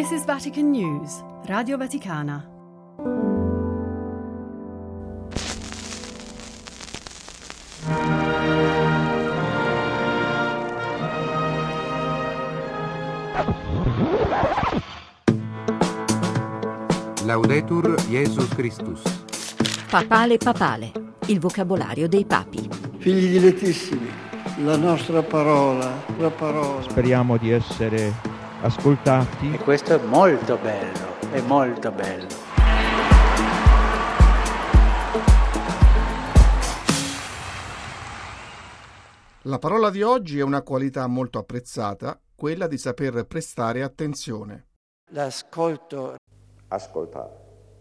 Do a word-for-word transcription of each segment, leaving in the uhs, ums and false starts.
This is Vatican News, Radio Vaticana. Laudetur Jesus Christus. Papale papale, il vocabolario dei papi. Figli dilettissimi, la nostra parola, la parola. Speriamo di essere ascoltati. E questo è molto bello, è molto bello. La parola di oggi è una qualità molto apprezzata, quella di saper prestare attenzione. L'ascolto. Ascoltare.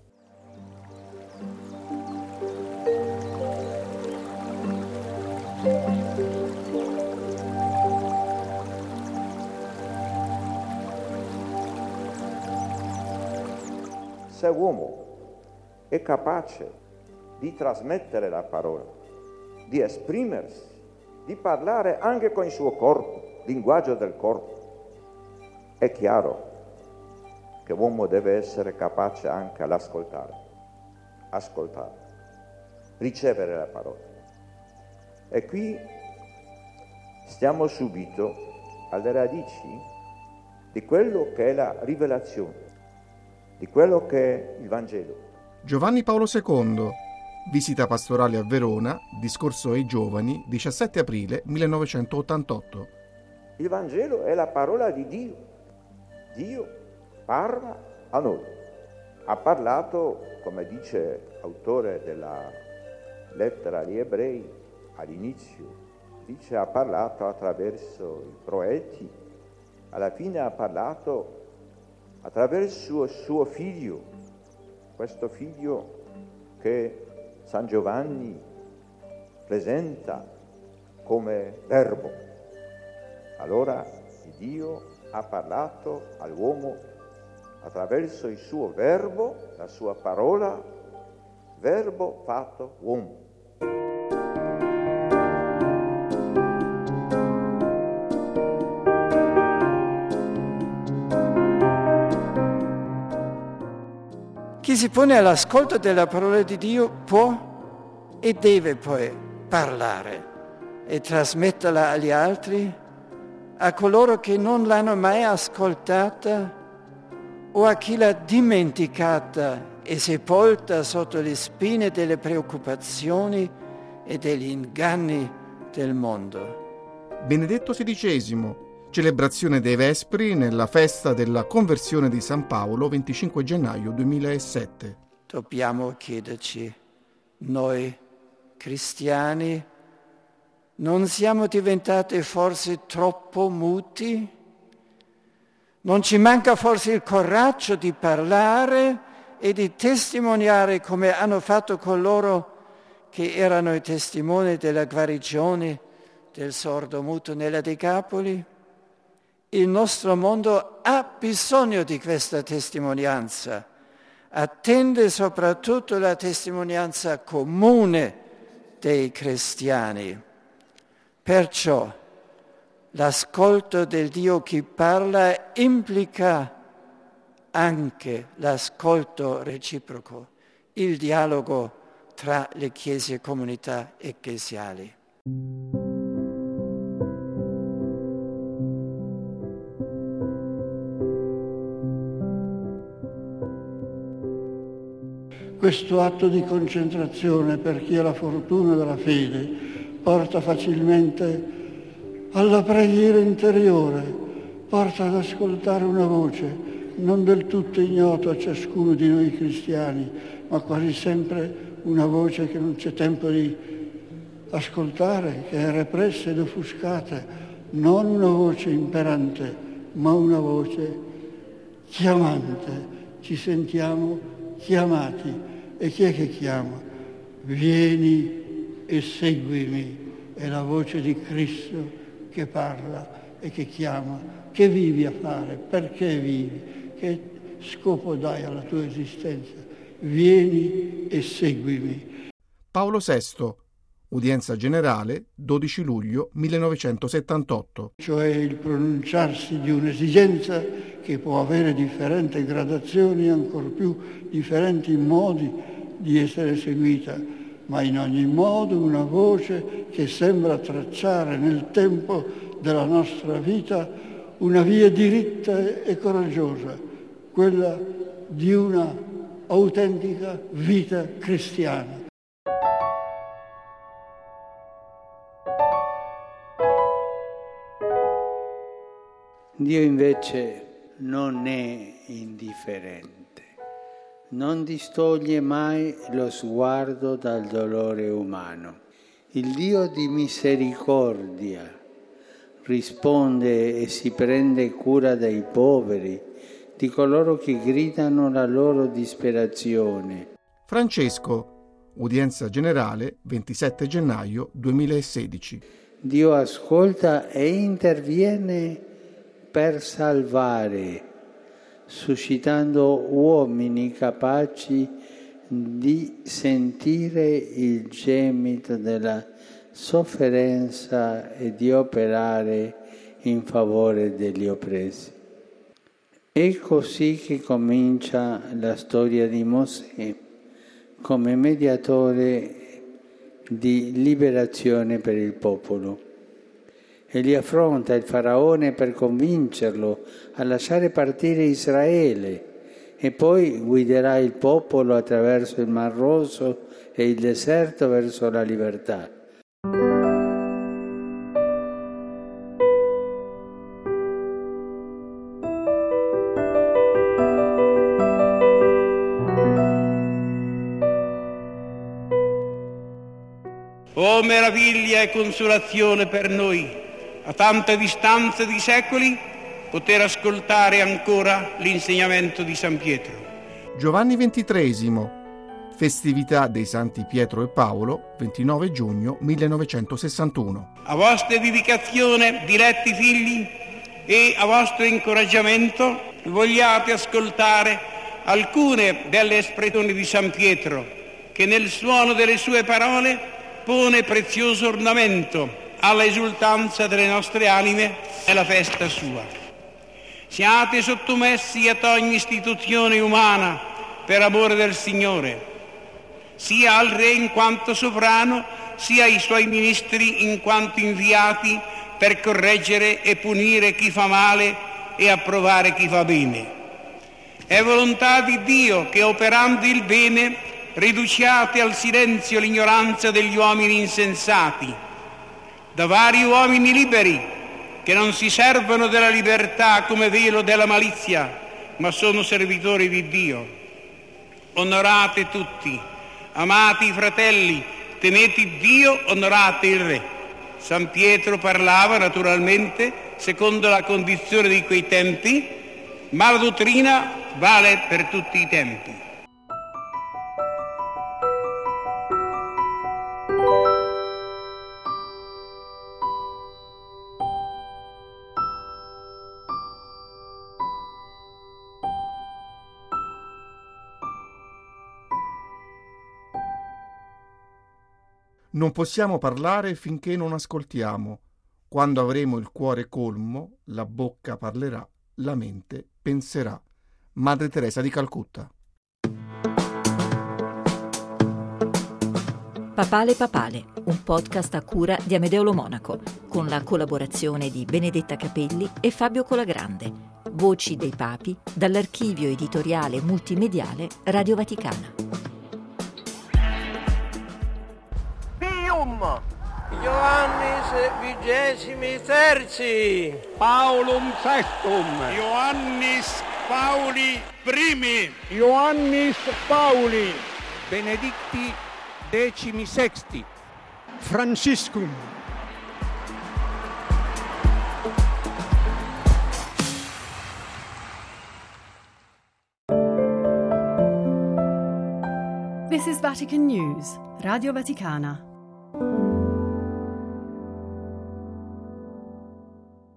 Se uomo è capace di trasmettere la parola, di esprimersi, di parlare anche con il suo corpo, linguaggio del corpo, è chiaro che l'uomo deve essere capace anche all'ascoltare, ascoltare, ricevere la parola. E qui stiamo subito alle radici di quello che è la rivelazione, di quello che è il Vangelo. Giovanni Paolo secondo, visita pastorale a Verona, discorso ai giovani, diciassette aprile millenovecentottantotto. Il Vangelo è la parola di Dio. Dio parla a noi. Ha parlato, come dice l'autore della lettera agli Ebrei, all'inizio, dice ha parlato attraverso i profeti, alla fine ha parlato attraverso il suo figlio, questo figlio che San Giovanni presenta come verbo. Allora Dio ha parlato all'uomo attraverso il suo verbo, la sua parola, verbo fatto uomo. Chi si pone all'ascolto della parola di Dio può e deve poi parlare e trasmetterla agli altri, a coloro che non l'hanno mai ascoltata o a chi l'ha dimenticata e sepolta sotto le spine delle preoccupazioni e degli inganni del mondo. Benedetto sedicesimo, celebrazione dei Vespri nella festa della conversione di San Paolo, venticinque gennaio duemilasette. Dobbiamo chiederci, noi cristiani, non siamo diventati forse troppo muti? Non ci manca forse il coraggio di parlare e di testimoniare come hanno fatto coloro che erano i testimoni della guarigione del sordo muto nella Decapoli? Il nostro mondo ha bisogno di questa testimonianza, attende soprattutto la testimonianza comune dei cristiani. Perciò l'ascolto del Dio che parla implica anche l'ascolto reciproco, il dialogo tra le chiese e comunità ecclesiali. Questo atto di concentrazione, per chi ha la fortuna della fede, porta facilmente alla preghiera interiore, porta ad ascoltare una voce, non del tutto ignota a ciascuno di noi cristiani, ma quasi sempre una voce che non c'è tempo di ascoltare, che è repressa ed offuscata, non una voce imperante, ma una voce chiamante. Ci sentiamo chiamati. E chi è che chiama? Vieni e seguimi. È la voce di Cristo che parla e che chiama. Che vivi a fare? Perché vivi? Che scopo dai alla tua esistenza? Vieni e seguimi. Paolo sesto, udienza generale, dodici luglio millenovecentosettantotto. Cioè il pronunciarsi di un'esigenza che che può avere differenti gradazioni e ancor più differenti modi di essere seguita, ma in ogni modo una voce che sembra tracciare nel tempo della nostra vita una via diritta e coraggiosa, quella di una autentica vita cristiana. Dio invece non è indifferente, non distoglie mai lo sguardo dal dolore umano. Il Dio di misericordia risponde e si prende cura dei poveri, di coloro che gridano la loro disperazione. Francesco, udienza generale, ventisette gennaio duemilasedici. Dio ascolta e interviene per salvare, suscitando uomini capaci di sentire il gemito della sofferenza e di operare in favore degli oppressi. È così che comincia la storia di Mosè come mediatore di liberazione per il popolo. Egli affronta il faraone per convincerlo a lasciare partire Israele e poi guiderà il popolo attraverso il Mar Rosso e il deserto verso la libertà. Oh meraviglia e consolazione per noi, a tanta distanza di secoli, poter ascoltare ancora l'insegnamento di San Pietro. Giovanni ventitreesimo, festività dei Santi Pietro e Paolo, ventinove giugno millenovecentosessantuno. A vostra dedicazione, diletti figli, e a vostro incoraggiamento, vogliate ascoltare alcune delle espressioni di San Pietro, che nel suono delle sue parole pone prezioso ornamento alla esultanza delle nostre anime nella festa sua. Siate sottomessi ad ogni istituzione umana per amore del Signore, sia al Re in quanto sovrano, sia ai suoi ministri in quanto inviati per correggere e punire chi fa male e approvare chi fa bene. È volontà di Dio che, operando il bene, riduciate al silenzio l'ignoranza degli uomini insensati, da vari uomini liberi che non si servono della libertà come velo della malizia, ma sono servitori di Dio. Onorate tutti, amate i fratelli, temete Dio, onorate il Re. San Pietro parlava naturalmente secondo la condizione di quei tempi, ma la dottrina vale per tutti i tempi. Non possiamo parlare finché non ascoltiamo. Quando avremo il cuore colmo, la bocca parlerà, la mente penserà. Madre Teresa di Calcutta. Papale Papale, un podcast a cura di Amedeo Lo Monaco, con la collaborazione di Benedetta Capelli e Fabio Colagrande. Voci dei Papi, dall'archivio editoriale multimediale Radio Vaticana. Ioannis vigesimi terzi, Paulum sextum, Ioannis Pauli primi, Ioannis Pauli, Benedicti decimi sexti, Franciscum. This is Vatican News, Radio Vaticana.